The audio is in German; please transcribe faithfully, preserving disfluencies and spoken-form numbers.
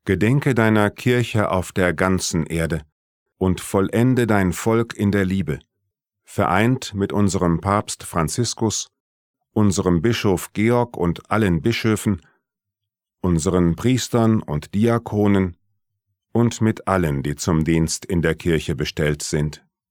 Gedenke deiner Kirche auf der ganzen Erde und vollende dein Volk in der Liebe, vereint mit unserem Papst Franziskus, unserem Bischof Georg und allen Bischöfen, unseren Priestern und Diakonen und mit allen, die zum Dienst in der Kirche bestellt sind.